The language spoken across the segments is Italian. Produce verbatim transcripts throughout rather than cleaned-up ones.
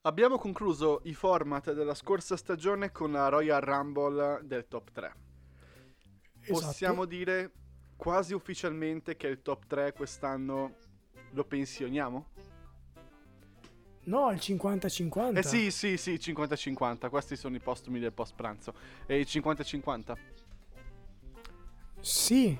Abbiamo concluso i format della scorsa stagione con la Royal Rumble del top tre. Esatto. Possiamo dire quasi ufficialmente che il top tre quest'anno lo pensioniamo? No, il cinquanta cinquanta. Eh sì, sì, sì, cinquanta cinquanta. Questi sono i postumi del post pranzo. E il cinquanta cinquanta? Sì.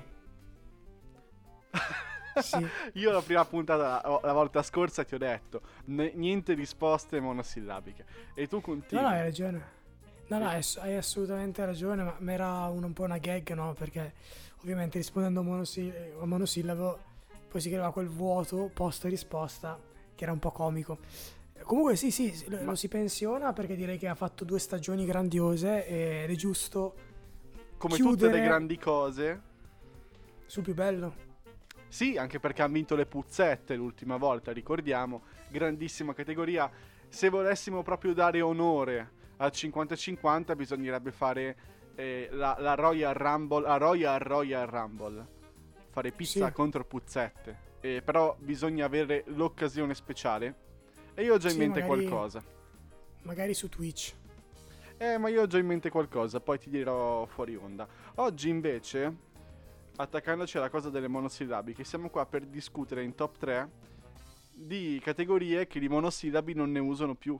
Sì. Io la prima puntata, la, la volta scorsa, ti ho detto n- niente risposte monosillabiche. E tu continui. No, no, hai ragione. No, no, hai, hai assolutamente ragione, ma, ma era un, un po' una gag, no? Perché ovviamente rispondendo a, monosi- a monosillabo poi si creava quel vuoto post risposta che era un po' comico. Comunque sì, sì, lo, Ma- lo si pensiona perché direi che ha fatto due stagioni grandiose ed è giusto Come chiudere tutte le grandi cose. sul più bello. Sì, anche perché ha vinto le puzzette l'ultima volta, ricordiamo. Grandissima categoria. Se volessimo proprio dare onore al cinquanta cinquanta bisognerebbe fare eh, la, la Royal Rumble, la Royal Royal Rumble. Fare pizza Sì. contro puzzette. Eh, però bisogna avere l'occasione speciale. E io ho già in Sì, mente magari- qualcosa. Magari su Twitch. Eh, ma io ho già in mente qualcosa, poi ti dirò fuori onda. Oggi invece, attaccandoci alla cosa delle monosillabiche, siamo qua per discutere in top tre di categorie che di monosillabi non ne usano più.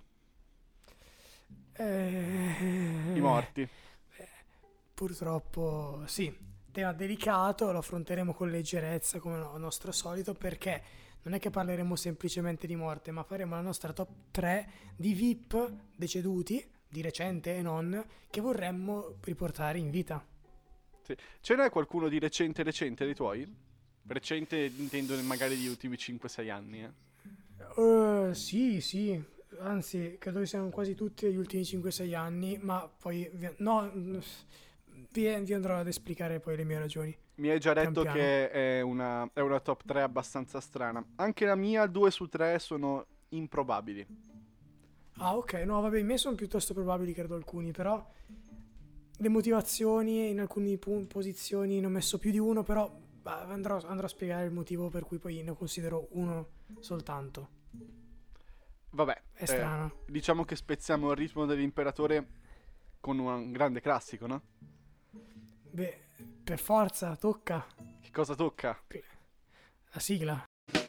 Eh, I morti. Purtroppo sì, tema delicato, lo affronteremo con leggerezza come al nostro solito perché non è che parleremo semplicemente di morte, ma faremo la nostra top tre di V I P deceduti, di recente e non, che vorremmo riportare in vita. Sì. Ce n'è qualcuno di recente recente dei tuoi? Recente intendo magari degli ultimi cinque sei anni, eh. Uh, sì, sì, anzi, credo che siano quasi tutti negli ultimi cinque sei anni, ma poi vi- no, vi, vi andrò ad esplicare poi le mie ragioni. Mi hai già Pian detto piano. che è una, è una top tre abbastanza strana. Anche la mia, due su tre sono improbabili. Ah, ok, no, vabbè, in me sono piuttosto probabili, credo alcuni, però le motivazioni in alcune pu- posizioni ne ho messo più di uno, però bah, andrò, andrò a spiegare il motivo per cui poi ne considero uno soltanto. Vabbè, È eh, strano. diciamo che spezziamo il ritmo dell'imperatore con un grande classico, no? Beh, per forza, tocca Che cosa tocca? la sigla.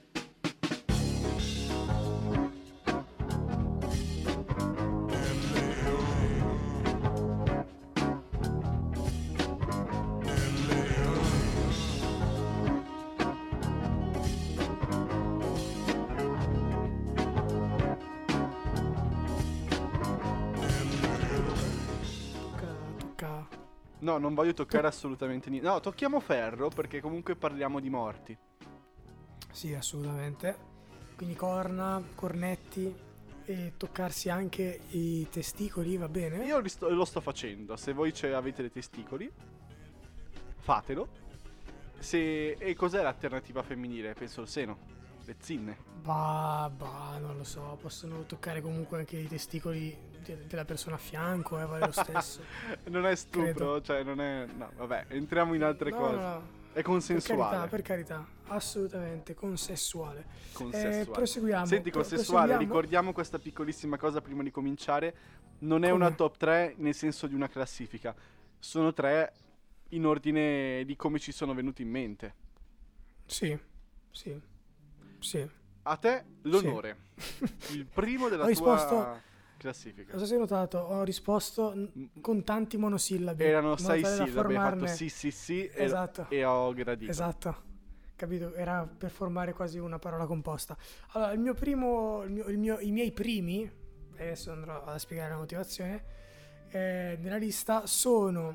Tocca, tocca. No, non voglio toccare assolutamente niente. No, tocchiamo ferro perché comunque parliamo di morti. Sì, assolutamente. Quindi corna, cornetti e toccarsi anche i testicoli, va bene? Io li sto- lo sto facendo. Se voi ce- avete dei testicoli, fatelo. Se... E cos'è l'alternativa femminile? Penso il seno. Le zinne. Bah, bah, non lo so, possono toccare comunque anche i testicoli de- della persona a fianco, eh, vale lo stesso. Non è stupro, Credo. cioè non è... No, vabbè, entriamo in altre No, cose. no, no. È Per consensuale. carità, per carità, assolutamente consensuale. Consensuale. Eh, proseguiamo. Senti, pro- consensuale, proseguiamo. ricordiamo questa piccolissima cosa prima di cominciare. Non è Come? una top tre nel senso di una classifica. Sono tre in ordine di come ci sono venuti in mente. Sì, sì, sì. A te l'onore. Il primo della Ho tua risposto- classifica. Non so se hai notato, ho risposto n- con tanti monosillabi. Erano in modo sei tale da sillabe, hai fatto formarne- sì sì sì e, Esatto. e ho gradito. Esatto, capito? Era per formare quasi una parola composta. Allora, il mio primo, il mio, il mio- i miei primi, e adesso andrò a spiegare la motivazione, eh, nella lista sono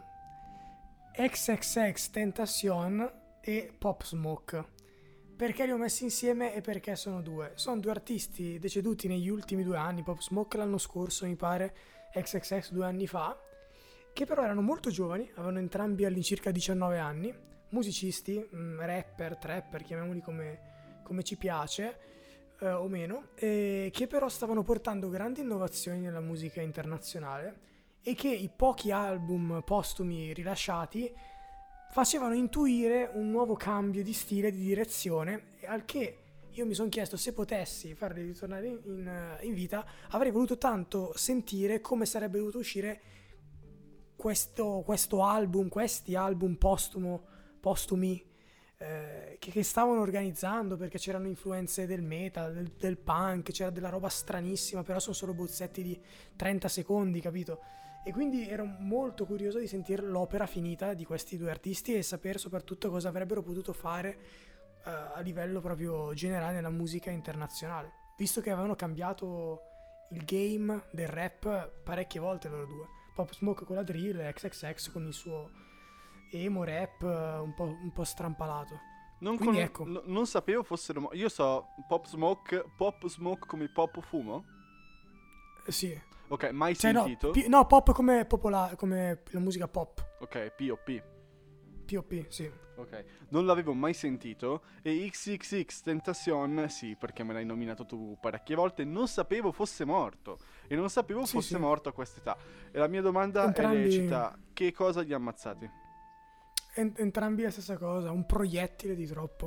X X X Tentacion e Pop Smoke. Perché li ho messi insieme e perché sono due? Sono due artisti deceduti negli ultimi due anni, Pop Smoke l'anno scorso mi pare, X X X due anni fa, che però erano molto giovani, avevano entrambi all'incirca diciannove anni, musicisti, mh, rapper, trapper, chiamiamoli come, come ci piace, eh, o meno, e che però stavano portando grandi innovazioni nella musica internazionale e che i pochi album postumi rilasciati facevano intuire un nuovo cambio di stile, di direzione, al che io mi sono chiesto se potessi farli ritornare in, in, in vita, avrei voluto tanto sentire come sarebbe dovuto uscire questo, questo album, questi album postumo, postumi eh, che, che stavano organizzando, perché c'erano influenze del metal, del, del punk, c'era della roba stranissima, però sono solo bozzetti di trenta secondi, capito? E quindi ero molto curioso di sentire l'opera finita di questi due artisti e sapere soprattutto cosa avrebbero potuto fare uh, a livello proprio generale nella musica internazionale, visto che avevano cambiato il game del rap parecchie volte loro due. Pop Smoke con la drill e X X X con il suo emo rap uh, un po', un po' strampalato. Non, Quindi con- ecco. n- non sapevo fossero... mo- io so Pop Smoke, Pop Smoke come Pop Fumo? Eh, sì. Ok, mai Cioè, no, sentito? pi- no, pop come, popola- come la musica pop. Ok, P O P. P O P, sì. Ok, non l'avevo mai sentito. E X X X Tentacion, sì, perché me l'hai nominato tu parecchie volte. Non sapevo fosse morto. E non sapevo Sì, fosse sì. morto a quest'età. E la mia domanda Entrambi- è lecita: che cosa gli ha ammazzati? En- entrambi la stessa cosa, un proiettile di troppo.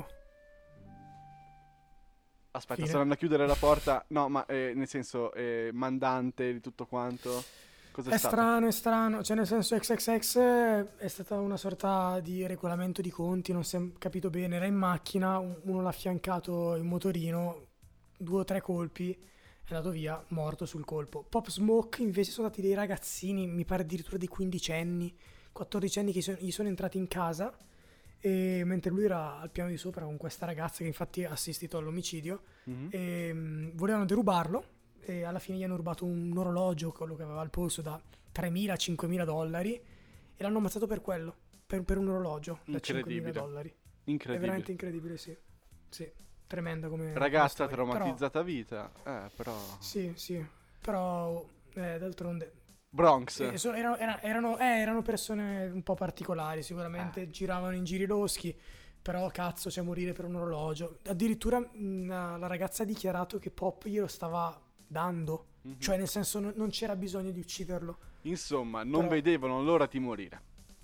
Aspetta, Fine. stanno a chiudere la porta. No, ma eh, nel senso, eh, mandante di tutto quanto. Cos'è È stato? strano, è strano, cioè nel senso X X X è stata una sorta di regolamento di conti, non si è capito bene, era in macchina, un- uno l'ha affiancato in motorino, due o tre colpi, è andato via, morto sul colpo. Pop Smoke invece sono stati dei ragazzini, mi pare addirittura dei quindicenni, quattordicenni che sono- gli sono entrati in casa, e mentre lui era al piano di sopra con questa ragazza che infatti ha assistito all'omicidio, Mhm. e mh, volevano derubarlo e alla fine gli hanno rubato un orologio, quello che aveva al polso, da tremila-cinquemila dollari, e l'hanno ammazzato per quello, per, per un orologio da cinquemila Incredibile. dollari. È Incredibile. veramente incredibile, sì. Sì, tremenda come Ragazza come storia. traumatizzata a vita. Eh, però... Però, sì, sì, però eh, d'altronde Bronx. eh, so- erano, era- erano, eh, erano persone un po' particolari, sicuramente Eh. giravano in giri loschi, però cazzo, c'è morire per un orologio. Addirittura mh, la ragazza ha dichiarato che Pop glielo stava dando, Mhm. cioè nel senso non, non c'era bisogno di ucciderlo. Insomma, non Però- vedevano l'ora di morire.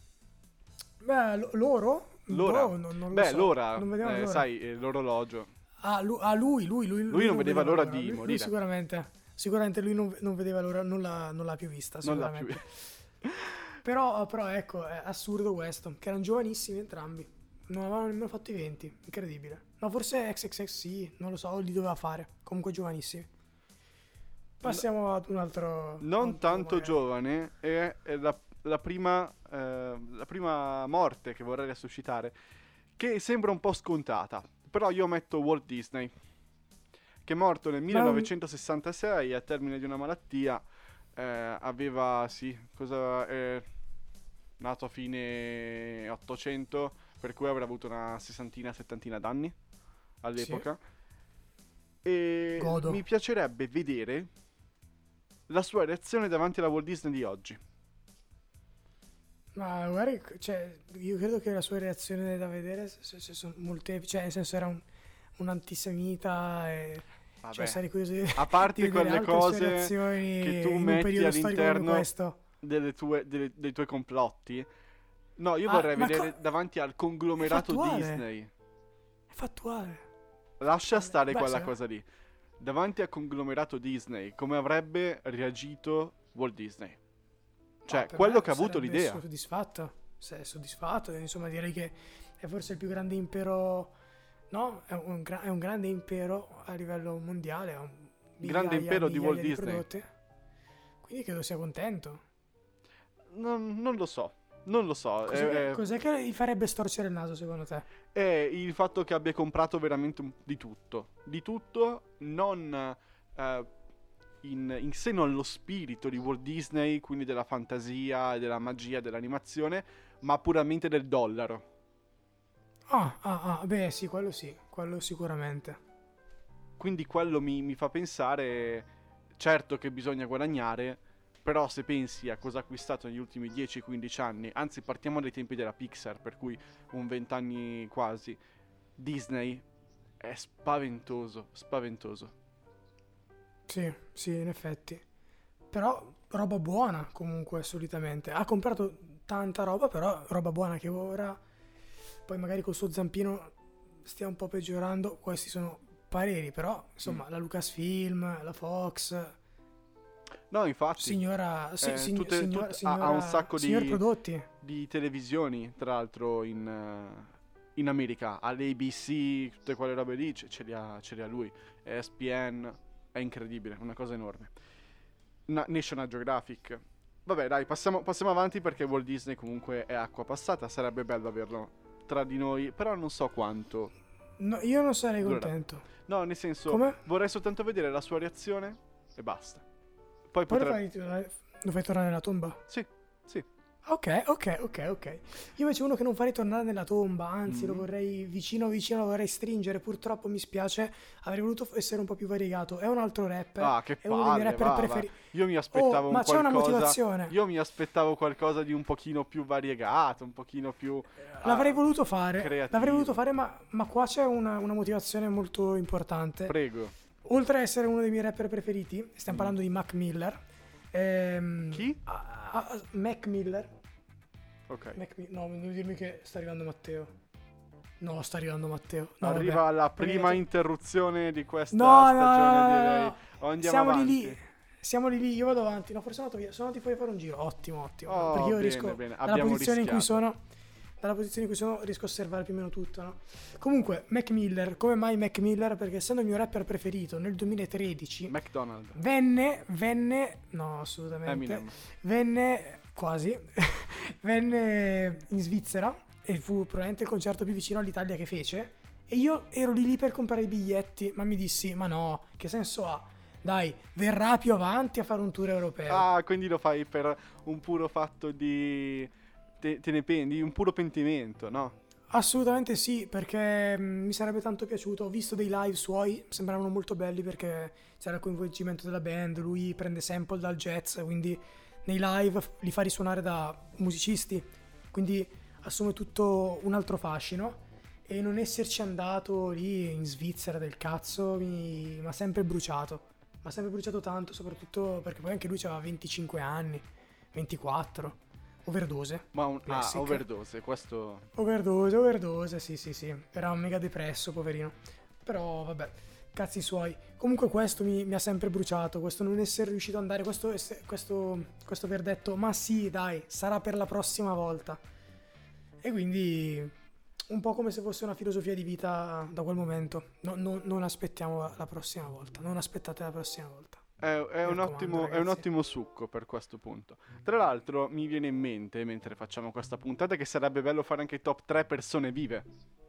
Beh, lo- loro? L'ora? Boh, non, non lo Beh, so. l'ora, Non vedevano eh, l'ora. sai, eh, l'orologio. Ah, lu- ah, lui, lui, lui, Lui non vedeva l'ora di Lui- lui morire. sicuramente, sicuramente lui non, non vedeva l'ora, non l'ha, non l'ha più vista, Non l'ha sicuramente. più. Però, però ecco, è assurdo questo, che erano giovanissimi entrambi. Non avevano nemmeno fatto i venti, incredibile. No, forse X X X sì, non lo so, li doveva fare. Comunque giovanissimi. Passiamo ad un altro... Non altro tanto magari. giovane, è, è la, la prima, eh, la prima morte che vorrei resuscitare, che sembra un po' scontata. Però io metto Walt Disney, che è morto nel millenovecentosessantasei a termine di una malattia. Eh, aveva, sì, cosa... È nato a fine ottocento, per cui avrà avuto una sessantina, settantina d'anni all'epoca. E Godo. mi piacerebbe vedere la sua reazione davanti alla Walt Disney di oggi. Ma guarda, cioè, io credo che la sua reazione da vedere se, se sono molteplici, cioè nel senso era un, un antisemita e... Vabbè, Cioè, sarei curioso di, a parte di vedere quelle altre sue cose reazioni che tu in un metti periodo storico come all'interno questo. delle tue, delle- dei tuoi complotti. No, io Ah, vorrei ma vedere co- davanti al conglomerato È fattuale. Disney. È fattuale. Lascia stare Beh, quella se- cosa lì. Davanti al conglomerato Disney, come avrebbe reagito Walt Disney? Cioè, No, per quello me che ha avuto sarebbe l'idea. soddisfatto. Se è soddisfatto, insomma, direi che è forse il più grande impero. No, è un, gra- è un grande impero a livello mondiale. Ha un Grande migliaia- impero di migliaia Walt Disney. prodotti. Quindi credo sia contento. Non, non lo so, non lo so. Cos'è, È, che, è- cos'è che gli farebbe storcere il naso secondo te? è il fatto che abbia comprato veramente un- di tutto. Di tutto, non eh, in, in seno allo spirito di Walt Disney, quindi della fantasia, della magia, dell'animazione, ma puramente del dollaro. Ah, ah, ah, beh sì, quello sì, quello sicuramente. Quindi quello mi, mi fa pensare, certo che bisogna guadagnare, però se pensi a cosa ha acquistato negli ultimi dieci quindici anni, anzi partiamo dai tempi della Pixar, per cui un venti anni quasi, Disney è spaventoso, spaventoso. Sì, sì, in effetti. Però roba buona comunque solitamente. Ha comprato tanta roba, però roba buona che ora poi magari col suo zampino stia un po' peggiorando. Questi sono pareri, però insomma Mm. la Lucasfilm, la Fox, No, infatti, signora, si- eh, sign- tutte- signora, tut- ha, ha un signora- sacco signor di, prodotti. di televisioni, tra l'altro, in, eh, in America. All'A B C, tutte quelle robe lì, ce, ce li ha, ce li ha lui. E S P N, è incredibile, una cosa enorme. Na- National Geographic. Vabbè, dai, passiamo, passiamo avanti perché Walt Disney comunque è acqua passata. Sarebbe bello averlo tra di noi, però non so quanto. No, io non sarei Durerà. contento. No, nel senso, Come? vorrei soltanto vedere la sua reazione e basta. Poi Poi lo potrebbe... fai, tornare- lo fai tornare nella tomba? Sì, sì. Ok, ok, ok, ok. Io invece uno che non farei tornare nella tomba, anzi lo Mhm. vorrei vicino vicino, lo vorrei stringere. Purtroppo mi spiace, avrei voluto f- essere un po' più variegato. È un altro rapper, Ah, che è uno dei miei palle, rapper va, va. preferiti. Io mi aspettavo Oh, un ma c'è una qualcosa... motivazione. Io mi aspettavo qualcosa di un pochino più variegato, un pochino più... L'avrei ah, voluto fare, creativo. l'avrei voluto fare, ma, ma qua c'è una, una motivazione molto importante. Prego. Oltre a essere uno dei miei rapper preferiti, stiamo Mm. parlando di Mac Miller. Ehm, Chi? ah, ah, Mac Miller. Ok. Mac Mi- no, non devi dirmi che sta arrivando Matteo. No, sta arrivando Matteo. No, Arriva vabbè. la Perché prima c'è- interruzione di questa No, no, stagione, no, no, direi. no. O andiamo Siamo avanti. lì lì. Siamo lì lì, io vado avanti. No, forse sono andato via. Sono andato fuori a fare un giro. Ottimo, ottimo. Oh, Perché io bene, riesco bene. dalla Abbiamo posizione in cui rischiato. sono dalla posizione in cui sono riesco a osservare più o meno tutto, no? Comunque, Mac Miller, come mai Mac Miller? Perché essendo il mio rapper preferito nel duemilatredici McDonald's. venne venne no, assolutamente. Eminem. Venne quasi venne in Svizzera e fu probabilmente il concerto più vicino all'Italia che fece e io ero lì lì per comprare i biglietti, ma mi dissi ma no, che senso ha? Dai, verrà più avanti a fare un tour europeo. Ah, quindi lo fai per un puro fatto di... Te, te ne pendi, un puro pentimento, no? Assolutamente sì, perché mm, mi sarebbe tanto piaciuto. Ho visto dei live suoi, sembravano molto belli perché c'era il coinvolgimento della band, lui prende sample dal jazz, quindi nei live f- li fa risuonare da musicisti, quindi assume tutto un altro fascino e non esserci andato lì in Svizzera del cazzo mi ha sempre bruciato, mi ha sempre bruciato tanto, soprattutto perché poi anche lui aveva venticinque anni, ventiquattro, overdose. Ma un... Ah, Classic. overdose, questo... Overdose, overdose, sì, sì, sì. Era mega depresso, poverino. Però, vabbè, cazzi suoi. Comunque questo mi, mi ha sempre bruciato, questo non essere riuscito ad andare, questo, ess- questo, questo aver detto, ma sì, dai, sarà per la prossima volta. E quindi, un po' come se fosse una filosofia di vita da quel momento. No- no- non aspettiamo la, la prossima volta, non aspettate la prossima volta. È, è, un raccomando, ottimo, è un ragazzi. ottimo succo per questo punto. Tra l'altro mi viene in mente, mentre facciamo questa puntata, che sarebbe bello fare anche i top tre persone vive.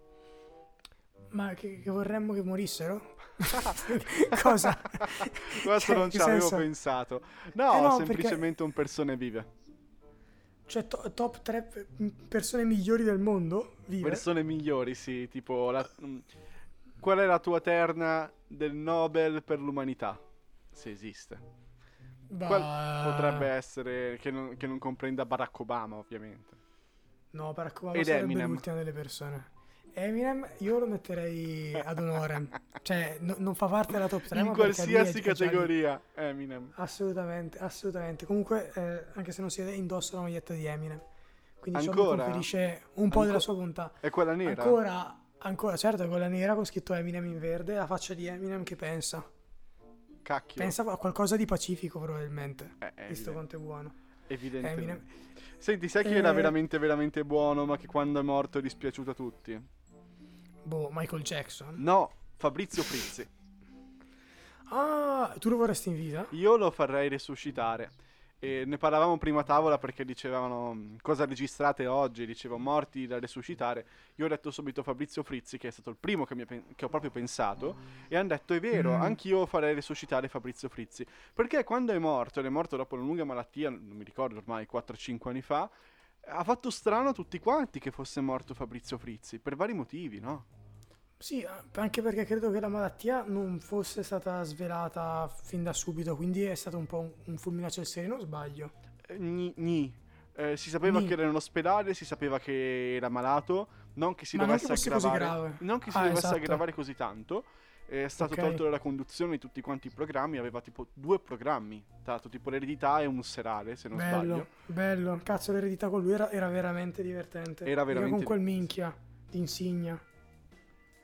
Ma che, che vorremmo che morissero? Cosa? Questo Cioè, non che ci avevo senso? pensato. No, Eh no, semplicemente un persone vive. Cioè, to- top tre persone migliori del mondo? Vive? Persone migliori, sì, tipo... La, mm, qual è la tua terna del Nobel per l'umanità? Se esiste. Bah, Qual potrebbe essere che non, che non comprenda Barack Obama, ovviamente. No, Barack Obama Ed sarebbe Eminem. l'ultima delle persone. Eminem io lo metterei ad onore. Cioè, no- non fa parte della top tre, In ma perché lui è- qualsiasi è già lì. categoria, Eminem. Assolutamente, assolutamente. Comunque, eh, anche se non si vede, indossa la maglietta di Eminem. Quindi ciò mi Ancora? conferisce un po' Anco- della sua bontà. È quella nera? Ancora, ancora, certo, quella nera con scritto Eminem in verde, la faccia di Eminem che pensa. Cacchio. Pensa a qualcosa di pacifico probabilmente, Eh, è visto evidente. quanto è buono. Evidentemente. Eminem. Senti, sai chi era Eh. veramente veramente buono, ma che quando è morto è dispiaciuto a tutti? Boh, Michael Jackson. No, Fabrizio Frizzi. Ah, tu lo vorresti in vita? Io lo farei resuscitare. E ne parlavamo prima a tavola perché dicevano mh, cosa registrate oggi, dicevo morti da resuscitare. Io ho detto subito Fabrizio Frizzi, che è stato il primo che, mi ha pen- che ho proprio pensato, e hanno detto è vero, Mm. anch'io farei resuscitare Fabrizio Frizzi. Perché quando è morto, ed è morto dopo una lunga malattia, non mi ricordo ormai quattro cinque anni fa, ha fatto strano a tutti quanti che fosse morto Fabrizio Frizzi, per vari motivi, no? Sì, anche perché credo che la malattia non fosse stata svelata fin da subito, quindi è stato un po' un, un fulmine a ciel sereno, o sbaglio? Eh, Gni, gni. Eh, si sapeva Gni. che era in ospedale, si sapeva che era malato, non che si Ma non dovesse che fosse così aggravare, grave. non che si Ah, dovesse esatto. aggravare così tanto. È stato Ok. tolto dalla conduzione di tutti quanti i programmi, aveva tipo due programmi, dato tipo l'eredità e un serale, se non Bello, sbaglio. bello. Cazzo, l'eredità con lui era, era veramente divertente. Era Mica veramente con quel minchia di Insignia.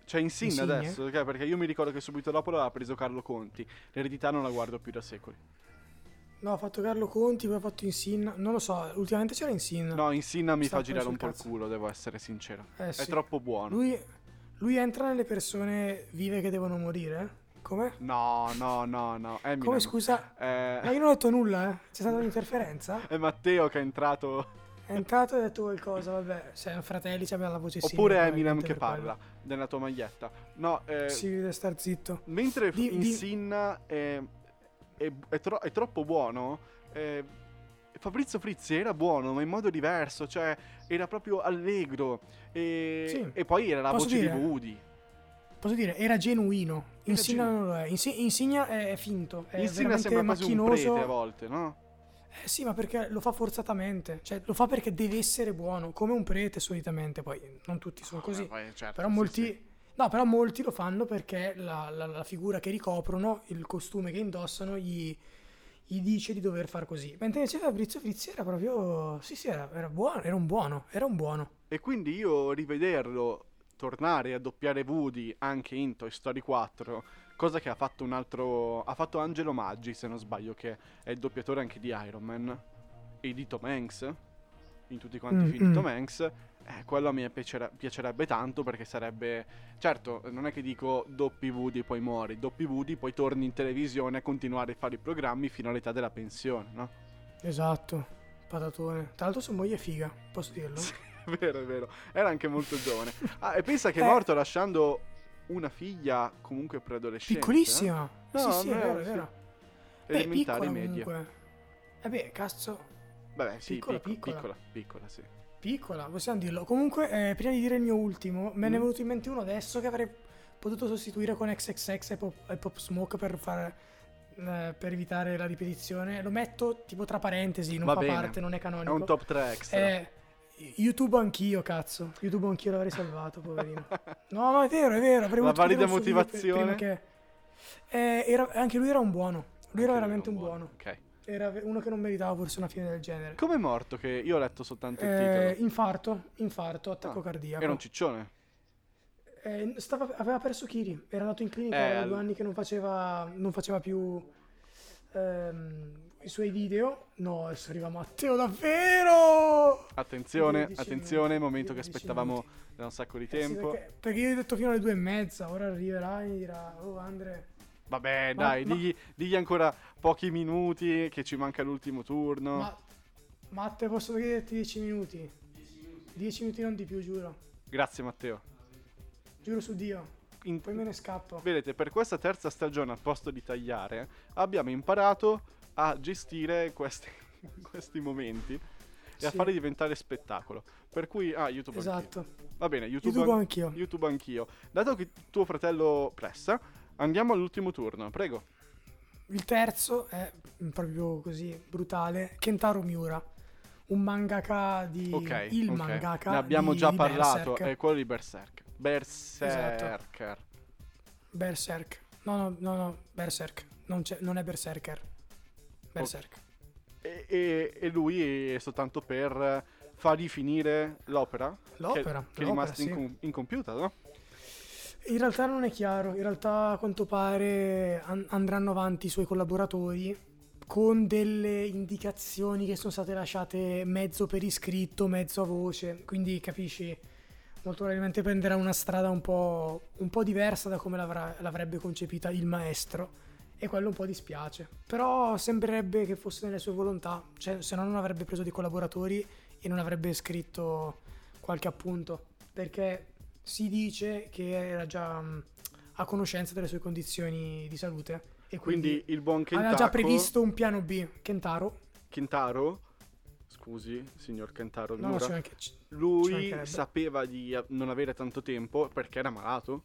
C'è Insigne Insigne? adesso, ok? Perché io mi ricordo che subito dopo l'aveva preso Carlo Conti. L'eredità non la guardo più da secoli. No, ha fatto Carlo Conti, poi ha fatto Insinna. Non lo so, ultimamente c'era Insinna. No, Insinna mi Sta fa poi girare sul un po' il cazzo. culo, devo essere sincero. Eh, È sì. troppo buono. Lui, lui entra nelle persone vive che devono morire? Come? No, no, no, no. Eminem. Come, scusa? Eh, Ma io non ho detto nulla, eh. C'è stata un'interferenza? è Matteo che è entrato. È entrato e ha detto qualcosa, vabbè. Siamo fratelli, abbiamo la voce simile. Oppure Eminem probabilmente che per quello. parla nella tua maglietta. No, eh, Si deve star zitto. mentre Di- di- Insinna è, è, è, tro- è troppo buono, eh, Fabrizio Frizzi era buono, ma in modo diverso, cioè era proprio allegro. E, Sì. e poi era la Posso voce dire? di Woody. Posso dire, era genuino. Era Insignia genu- non lo è. Insi- Insignia è, è finto. È Insinna veramente sembra quasi un macchinoso. prete a volte, no? Eh sì, ma perché lo fa forzatamente. Cioè, lo fa perché deve essere buono, come un prete solitamente. Poi non tutti sono così. Eh, poi, certo, Però sì, molti... sì. No, però molti lo fanno perché la, la- la figura che ricoprono, il costume che indossano, gli, gli dice di dover far così. Mentre invece Fabrizio Frizzi era proprio... Sì, sì, era, era buono, era un buono, era un buono. E quindi io rivederlo tornare a doppiare Woody anche in Toy Story quattro, cosa che ha fatto un altro, ha fatto Angelo Maggi, se non sbaglio, che è il doppiatore anche di Iron Man e di Tom Hanks, in tutti quanti i Mm, film di mm. Tom Hanks. Eh, quello a me piacere- piacerebbe tanto, perché sarebbe, certo, non è che dico doppi Woody e poi muori, doppi Woody, poi torni in televisione a continuare a fare i programmi fino all'età della pensione, no? Esatto, patatone. Tra l'altro sua moglie è figa, posso dirlo? Sì, è vero, è vero. Era anche molto giovane. Ah, e pensa che è Eh. morto lasciando una figlia comunque preadolescente. Piccolissima. eh? sì, No, sì, è no, vero, è sì. vero. Beh, Elementari, piccola medie. comunque. Eh beh, cazzo, Vabbè, sì, Piccola, piccola, piccola. piccola, piccola, sì. piccola, possiamo dirlo. Comunque, eh, prima di dire il mio ultimo, me ne è Mm. venuto in mente uno adesso che avrei potuto sostituire con X X X e Pop, e Pop Smoke per far... eh, per evitare la ripetizione. Lo metto tipo tra parentesi, non Va fa bene. parte, non è È canonico. un top tre extra. Eh, YouTube anch'io, cazzo. YouTube anch'io l'avrei salvato, poverino. No, no, è vero, è vero. Avrei La voluto valida vedere un suo video per- motivazione. prima che... Eh, era- anche lui era un buono. Lui era Anche veramente un buono. Ok. Era ve- uno che non meritava forse una fine del genere. Com'è morto? Che io ho letto soltanto il Eh, titolo. infarto, infarto, attacco Ah, cardiaco. Era un ciccione. Eh, stava- aveva perso chili, era andato in clinica, Eh, aveva al- due anni che non faceva, non faceva più ehm, i suoi video. No, adesso arriva Matteo, davvero! Attenzione, dieci attenzione, minuti, momento che dieci aspettavamo minuti. da un sacco di Eh sì, tempo. perché, perché io ho detto fino alle due e mezza, ora arriverà e mi dirà, oh Andre, Vabbè, Ma- dai, ma- digli, digli ancora pochi minuti, che ci manca l'ultimo turno. ma Matte, posso chiederti dieci minuti? dieci minuti non di più, giuro. Grazie, Matteo. Giuro su Dio, In- poi me ne scappo. Vedete, per questa terza stagione, al posto di tagliare, abbiamo imparato a gestire questi, questi momenti e a Sì. farli diventare spettacolo. Per cui, ah, YouTube anch'io. Esatto. Va bene, YouTube, YouTube an- anch'io. YouTube anch'io. Dato che tuo fratello pressa, andiamo all'ultimo turno, prego. Il terzo è proprio così brutale, Kentaro Miura, un mangaka di... Ok, il ok. mangaka Ne abbiamo di- già di parlato, Berserk. è quello di Berserk. Berserker. Berserk. No, no, no, no, Berserk. Non, c'è- non è Berserker. Berserk. E, e- e lui è soltanto per fargli finire l'opera. L'opera, Che, che è l'opera, rimasta sì. incom- incompiuta, no? In realtà non è chiaro, in realtà a quanto pare an- andranno avanti i suoi collaboratori con delle indicazioni che sono state lasciate mezzo per iscritto, mezzo a voce, quindi capisci, molto probabilmente prenderà una strada un po', un po' diversa da come l'avrà- l'avrebbe concepita il maestro, e quello un po' dispiace, però sembrerebbe che fosse nelle sue volontà, cioè se no non avrebbe preso dei collaboratori e non avrebbe scritto qualche appunto, perché si dice che era già mh, a conoscenza delle sue condizioni di salute e quindi, Quindi il buon aveva Kentaro. già previsto un piano B. Kentaro, Kentaro, scusi, signor Kentaro no, no, Miura, c'è anche, ci lui mancherebbe. sapeva di eh, non avere tanto tempo perché era malato.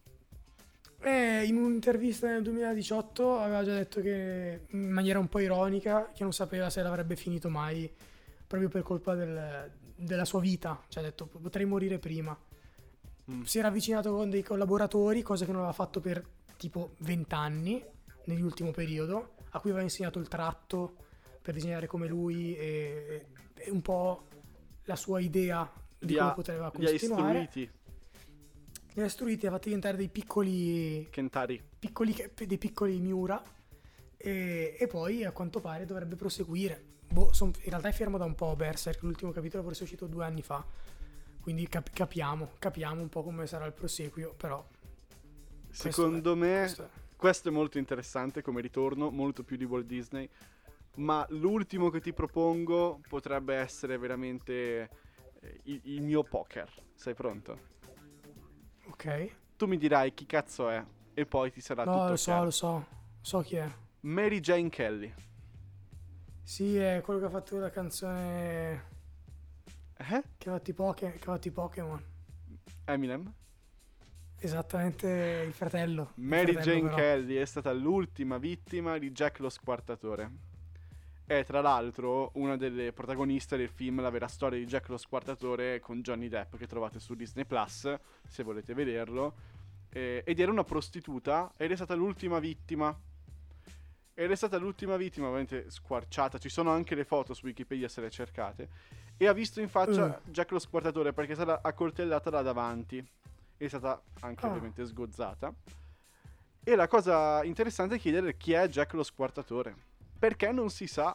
E in un'intervista nel duemiladiciotto aveva già detto che, in maniera un po' ironica, che non sapeva se l'avrebbe finito mai proprio per colpa del- della sua vita, cioè ha detto potrei morire prima. Mm. Si era avvicinato con dei collaboratori, cosa che non aveva fatto per tipo venti anni nell'ultimo periodo, a cui aveva insegnato il tratto per disegnare come lui e, e un po' la sua idea di Li come ha, poteva li ha continuare. istruiti. li ha distrutti e ha fatto diventare dei piccoli Kentari. piccoli dei piccoli Miura e, e poi a quanto pare dovrebbe proseguire. Boh, son, in realtà è fermo da un po' Berserk, l'ultimo capitolo forse è uscito due anni fa, quindi cap- capiamo capiamo un po' come sarà il proseguio, però secondo è, me questo è. questo è molto interessante come ritorno, molto più di Walt Disney, ma l'ultimo che ti propongo potrebbe essere veramente eh, il, il mio poker. Sei pronto? Ok. Tu mi dirai chi cazzo è e poi ti sarà No, tutto lo so, chiaro. lo so, so chi è. Mary Jane Kelly. Sì, è quello che ha fatto la canzone Eh? che ha fatto i Poké- che ha fatto i Pokémon. Eminem? Esattamente il fratello. il Mary fratello, Jane però. Kelly è stata l'ultima vittima di Jack lo Squartatore. È tra l'altro una delle protagoniste del film La vera storia di Jack lo Squartatore con Johnny Depp, che trovate su Disney Plus se volete vederlo. Eh, ed era una prostituta ed è stata l'ultima vittima. Ed è stata l'ultima vittima, ovviamente squarciata. Ci sono anche le foto su Wikipedia se le cercate. E ha visto in faccia Uh. Jack lo Squartatore perché è stata accoltellata da davanti. È stata anche Ah. ovviamente sgozzata. E la cosa interessante è chiedere chi è Jack lo Squartatore, perché non si sa.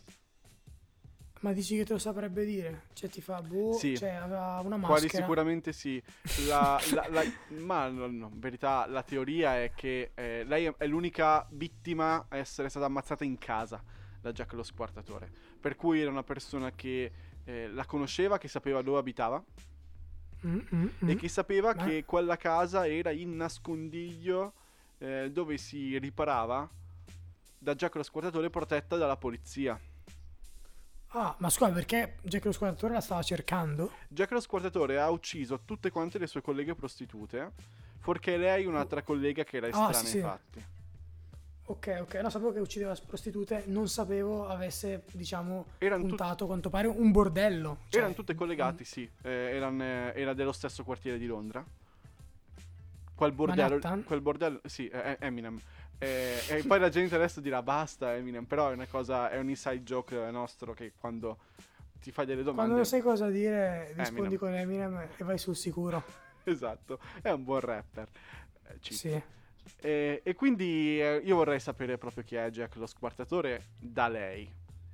Ma dici che te lo saprebbe dire? Cioè ti fa boh, Sì. cioè aveva una Quasi maschera. sicuramente sì. La, la, la, ma no, no, in verità la teoria è che eh, lei è l'unica vittima a essere stata ammazzata in casa da Jack lo Squartatore. Per cui era una persona che eh, la conosceva, che sapeva dove abitava Mm, mm, mm. e che sapeva Ma- che quella casa era il nascondiglio eh, dove si riparava da Jack lo Squartatore, protetta dalla polizia. Ah, ma scusa, perché Jack lo Squartatore la stava cercando? Jack lo Squartatore ha ucciso tutte quante le sue colleghe prostitute, fuorché lei e un'altra collega che era Ah, estranea sì, ai sì. fatti. Ok, ok, no, sapevo che uccideva prostitute, non sapevo avesse, diciamo, Erano tut- puntato, a quanto pare, un bordello. Cioè, Erano tutte collegate, sì. Eh, eran, eh, era dello stesso quartiere di Londra. Quel bordello, Manhattan? quel bordello, sì, eh, Eminem. Eh, e poi la gente adesso dirà basta Eminem, però è una cosa, è un inside joke nostro che quando ti fai delle domande. Quando non sai cosa dire, rispondi Eminem. con Eminem e vai sul sicuro. Esatto, è un buon rapper. Eh, ci- Sì. E, e quindi eh, io vorrei sapere proprio chi è Jack lo Squartatore da lei.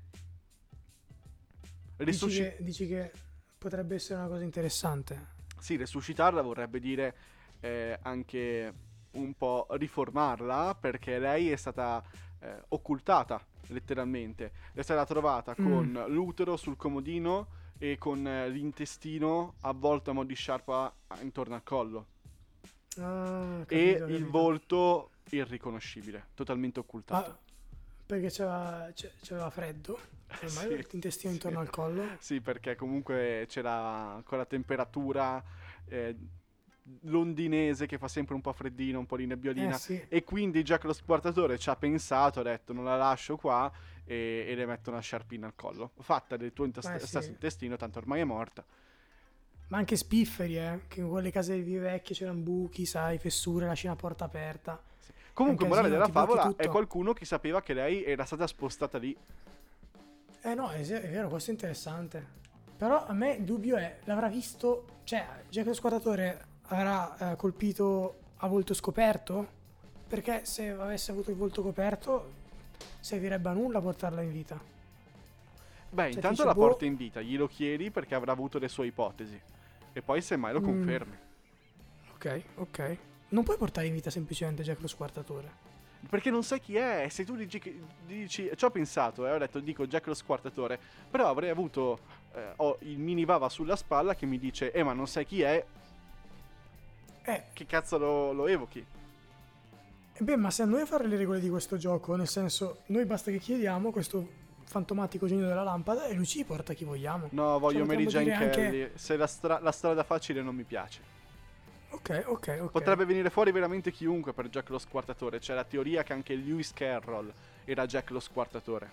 Dici Risusci- che, dici che potrebbe essere una cosa interessante. Sì, resuscitarla vorrebbe dire eh, anche un po' riformarla, perché lei è stata eh, occultata, letteralmente. È stata trovata Mm. con l'utero sul comodino e con eh, l'intestino avvolto a mo' di sciarpa intorno al collo. Ah, capito, E capito. il volto irriconoscibile, totalmente occultato. Ah, perché c'aveva, c'è- c'aveva freddo? Ormai Sì, l'intestino sì. intorno al collo. Sì, perché comunque c'era quella temperatura eh, londinese che fa sempre un po' freddino, un po' di nebbiolina. Eh sì. E quindi Jack lo Squartatore ci ha pensato, ha detto non la lascio qua e, e le metto una sciarpina al collo. Fatta del tuo intes- Eh sì. stesso intestino, tanto ormai è morta. Ma anche spifferi, eh. Che in quelle case vie vecchie c'erano buchi, sai, fessure, lasci una porta aperta. Comunque, È un morale casino, della ti blocchi favola, tutto. è qualcuno che sapeva che lei era stata spostata lì. Eh no, è, è vero, questo è interessante. Però a me il dubbio è, l'avrà visto, cioè Jack lo Squartatore avrà eh, colpito a volto scoperto? Perché se avesse avuto il volto coperto servirebbe a nulla portarla in vita. Beh, Cioè, intanto dice, la boh. porta in vita, glielo chiedi perché avrà avuto le sue ipotesi. E poi semmai lo Mm. confermi. Ok, ok. Non puoi portare in vita semplicemente Jack lo Squartatore. Perché non sai chi è. Se tu dici, che- dici ci ho pensato, eh, ho detto, dico Jack lo Squartatore. Però avrei avuto eh, ho il mini Vava sulla spalla che mi dice, eh, ma non sai chi è? Eh, Che cazzo lo, lo evochi? e beh, ma se a noi a fare le regole di questo gioco, nel senso, noi basta che chiediamo questo fantomatico genio della lampada e lui ci porta chi vogliamo. No, voglio Cioè, Mary potremmo Jane dire Kelly. anche- Se la, stra- la strada facile non mi piace. Ok, ok, ok. Potrebbe venire fuori veramente chiunque per Jack lo Squartatore. C'è la teoria che anche Lewis Carroll era Jack lo Squartatore.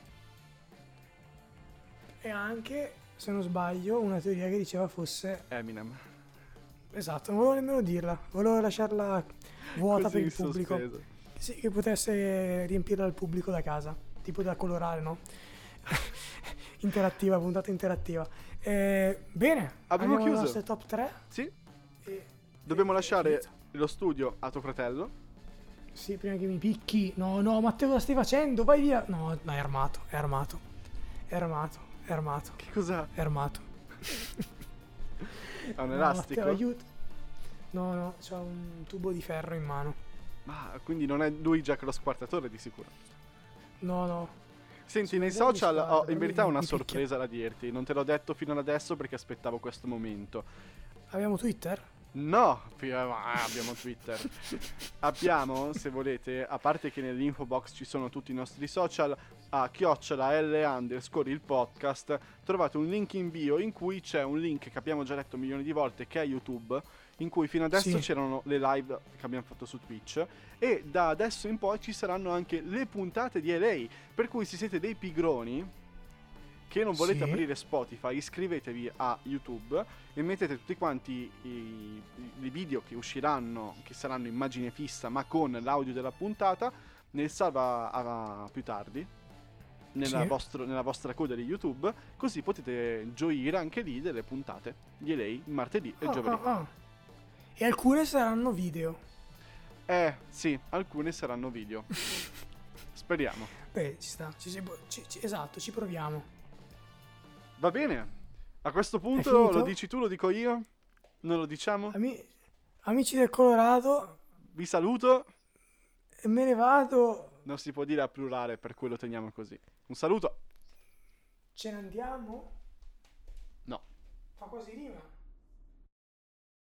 E anche, se non sbaglio, una teoria che diceva fosse... Eminem. Esatto, non volevo nemmeno dirla, volevo lasciarla vuota Così per il in pubblico. sospeso. Sì, che potesse riempirla al pubblico da casa, tipo da colorare, no? Interattiva, puntata interattiva. Eh, bene, Abbiamo abbiamo le chiuso. nostre top tre. Sì? E Dobbiamo È lasciare finito. lo studio a tuo fratello. Sì, prima che mi picchi. No, no, Matteo, cosa stai facendo? Vai via. No, no, è armato, è armato. È armato, è armato, Che cos'ha? è armato. Ha un No, elastico? Matteo, aiuto. No, no, c'ha un tubo di ferro in mano. Ma quindi non è lui Jack lo squartatore di sicuro. No, no. Senti, Sono nei idee di social squadra, ho in lui verità mi- una mi picchia. sorpresa da dirti. Non te l'ho detto fino ad adesso perché aspettavo questo momento. Abbiamo Twitter? No, fi- ah, abbiamo Twitter. Abbiamo, se volete, a parte che nell'info box ci sono tutti i nostri social, a chiocciola L underscore il podcast, trovate un link in bio in cui c'è un link che abbiamo già letto milioni di volte, che è YouTube, in cui fino adesso Sì. c'erano le live che abbiamo fatto su Twitch, e da adesso in poi ci saranno anche le puntate di L A, per cui se siete dei pigroni che non volete Sì. aprire Spotify, iscrivetevi a YouTube e mettete tutti quanti i, i- i video che usciranno, che saranno immagine fissa ma con l'audio della puntata, nel salva a, a più tardi nella, Sì. vostro- nella vostra coda di YouTube, così potete gioire anche lì delle puntate di L A il martedì e Ah, giovedì. ah, ah. E alcune saranno video. Eh sì, alcune saranno video. Speriamo. Beh, ci sta. Ci si può- ci- ci- esatto, ci proviamo. Va bene. A questo punto finito? lo dici tu, lo dico io? Non lo diciamo? Ami- amici del Colorado, Vi saluto. e me ne vado. Non si può dire a plurale, per cui lo teniamo così. Un saluto. Ce ne andiamo? No. Fa quasi rima.